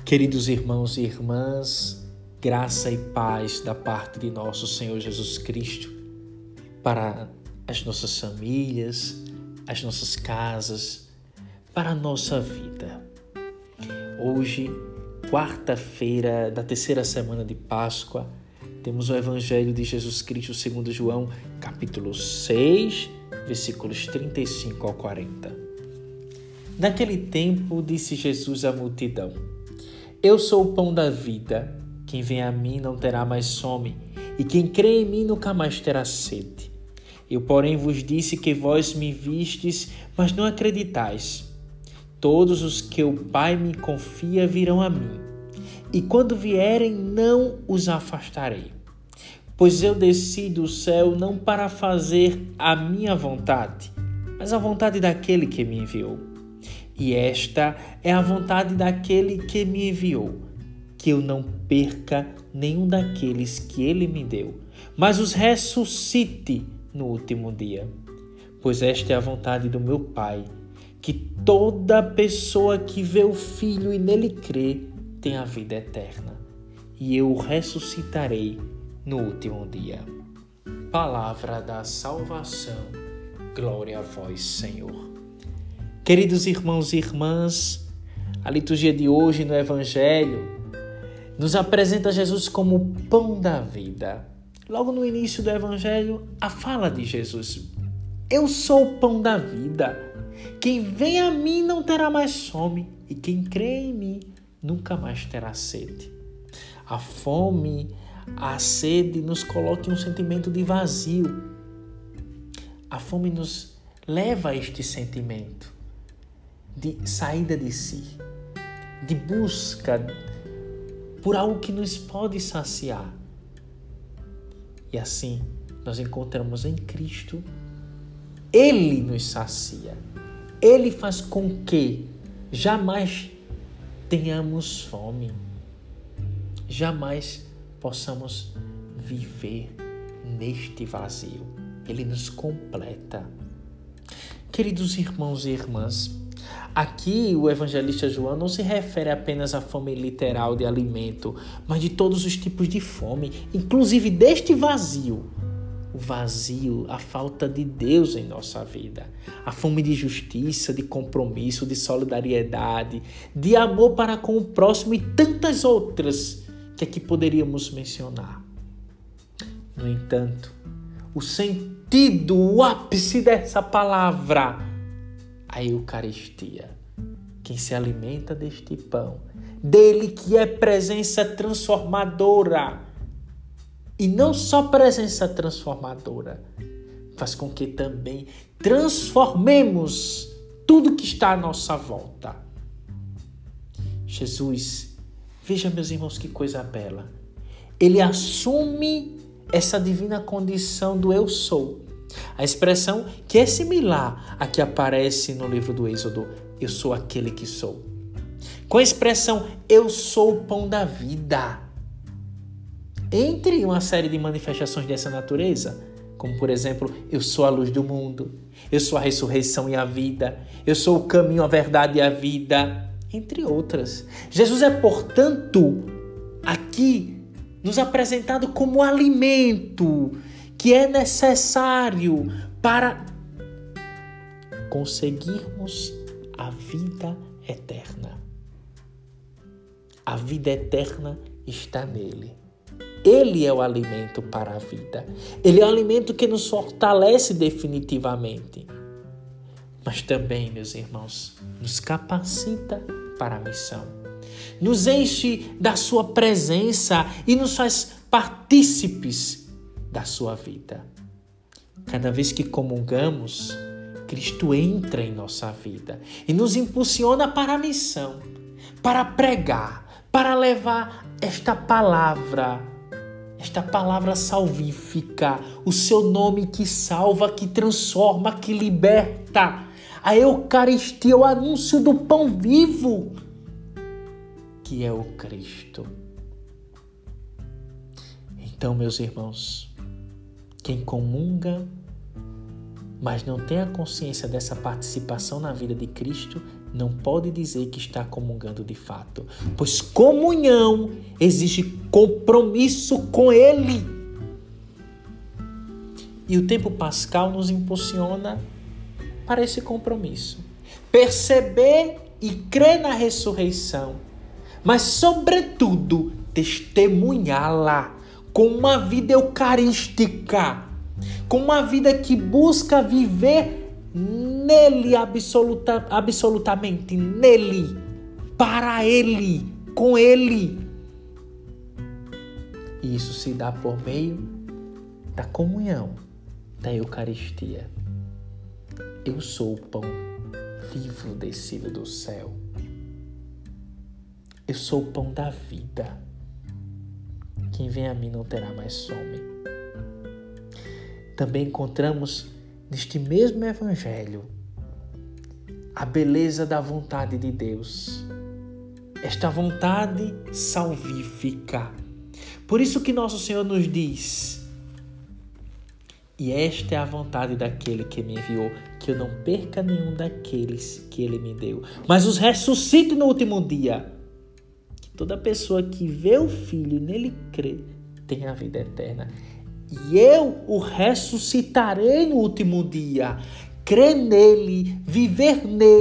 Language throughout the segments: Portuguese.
Queridos irmãos e irmãs, graça e paz da parte de nosso Senhor Jesus Cristo para as nossas famílias, as nossas casas, para a nossa vida. Hoje, quarta-feira da terceira semana de Páscoa, temos o Evangelho de Jesus Cristo segundo João, capítulo 6, versículos 35 ao 40. Naquele tempo, disse Jesus à multidão: Eu sou o pão da vida. Quem vem a mim não terá mais fome, e quem crê em mim nunca mais terá sede. Eu, porém, vos disse que vós me vistes, mas não acreditais. Todos os que o Pai me confia virão a mim, e quando vierem não os afastarei. Pois eu desci do céu não para fazer a minha vontade, mas a vontade daquele que me enviou. E esta é a vontade daquele que me enviou, que eu não perca nenhum daqueles que ele me deu, mas os ressuscite no último dia. Pois esta é a vontade do meu Pai, que toda pessoa que vê o Filho e nele crê tem a vida eterna, e eu o ressuscitarei no último dia. Palavra da salvação. Glória a vós, Senhor. Queridos irmãos e irmãs, a liturgia de hoje no Evangelho nos apresenta Jesus como o pão da vida. Logo no início do Evangelho, a fala de Jesus: Eu sou o pão da vida. Quem vem a mim não terá mais fome, e quem crê em mim nunca mais terá sede. A fome, a sede nos coloca em um sentimento de vazio. A fome nos leva a este sentimento de saída de si, de busca por algo que nos pode saciar. E assim, nós encontramos em Cristo, Ele nos sacia. Ele faz com que jamais tenhamos fome, jamais possamos viver neste vazio. Ele nos completa. Queridos irmãos e irmãs, aqui o evangelista João não se refere apenas à fome literal de alimento, mas de todos os tipos de fome, inclusive deste vazio. O vazio, a falta de Deus em nossa vida. A fome de justiça, de compromisso, de solidariedade, de amor para com o próximo e tantas outras que aqui poderíamos mencionar. No entanto, o sentido, o ápice dessa palavra, a Eucaristia. Quem se alimenta deste pão, dele que é presença transformadora, e não só presença transformadora, faz com que também transformemos tudo que está à nossa volta. Jesus, veja meus irmãos que coisa bela, ele assume essa divina condição do eu sou. A expressão que é similar à que aparece no livro do Êxodo, eu sou aquele que sou. Com a expressão, eu sou o pão da vida. Entre uma série de manifestações dessa natureza, como por exemplo, eu sou a luz do mundo, eu sou a ressurreição e a vida, eu sou o caminho, a verdade e a vida, entre outras. Jesus é, portanto, aqui nos apresentado como alimento que é necessário para conseguirmos a vida eterna. A vida eterna está nele. Ele é o alimento para a vida. Ele é o alimento que nos fortalece definitivamente. Mas também, meus irmãos, nos capacita para a missão. Nos enche da sua presença e nos faz partícipes da sua vida. Cada vez que comungamos, Cristo entra em nossa vida e nos impulsiona para a missão, para pregar, para levar esta palavra salvífica, o seu nome que salva, que transforma, que liberta. A Eucaristia, o anúncio do pão vivo, que é o Cristo. Então, meus irmãos, quem comunga, mas não tem a consciência dessa participação na vida de Cristo, não pode dizer que está comungando de fato, pois comunhão exige compromisso com Ele. E o tempo pascal nos impulsiona para esse compromisso. Perceber e crer na ressurreição, mas sobretudo testemunhá-la com uma vida eucarística, com uma vida que busca viver nele absolutamente, nele, para Ele, com Ele. E isso se dá por meio da comunhão, da Eucaristia. Eu sou o pão vivo descido do céu. Eu sou o pão da vida. Quem vem a mim não terá mais fome. Também encontramos neste mesmo Evangelho a beleza da vontade de Deus. Esta vontade salvífica. Por isso que nosso Senhor nos diz: e esta é a vontade daquele que me enviou, que eu não perca nenhum daqueles que Ele me deu, mas os ressuscite no último dia. Que toda pessoa que vê o Filho e nele crê tenha a vida eterna. E eu o ressuscitarei no último dia. Crer nele, viver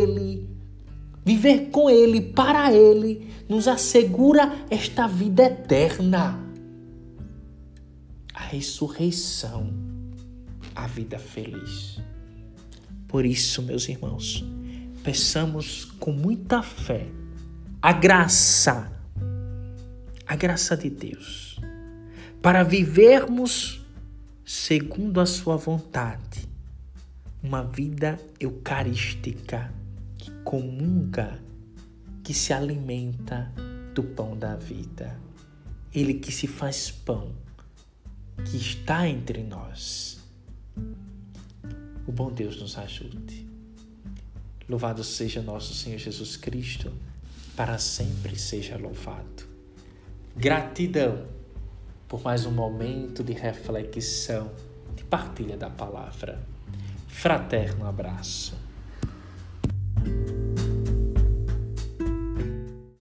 com Ele, para Ele, nos assegura esta vida eterna. A ressurreição, a vida feliz. Por isso, meus irmãos, peçamos com muita fé a graça de Deus, para vivermos segundo a sua vontade, uma vida eucarística que comunga, que se alimenta do pão da vida. Ele que se faz pão, que está entre nós. O bom Deus nos ajude. Louvado seja nosso Senhor Jesus Cristo, para sempre seja louvado. Gratidão por mais um momento de reflexão, de partilha da palavra. Fraterno abraço.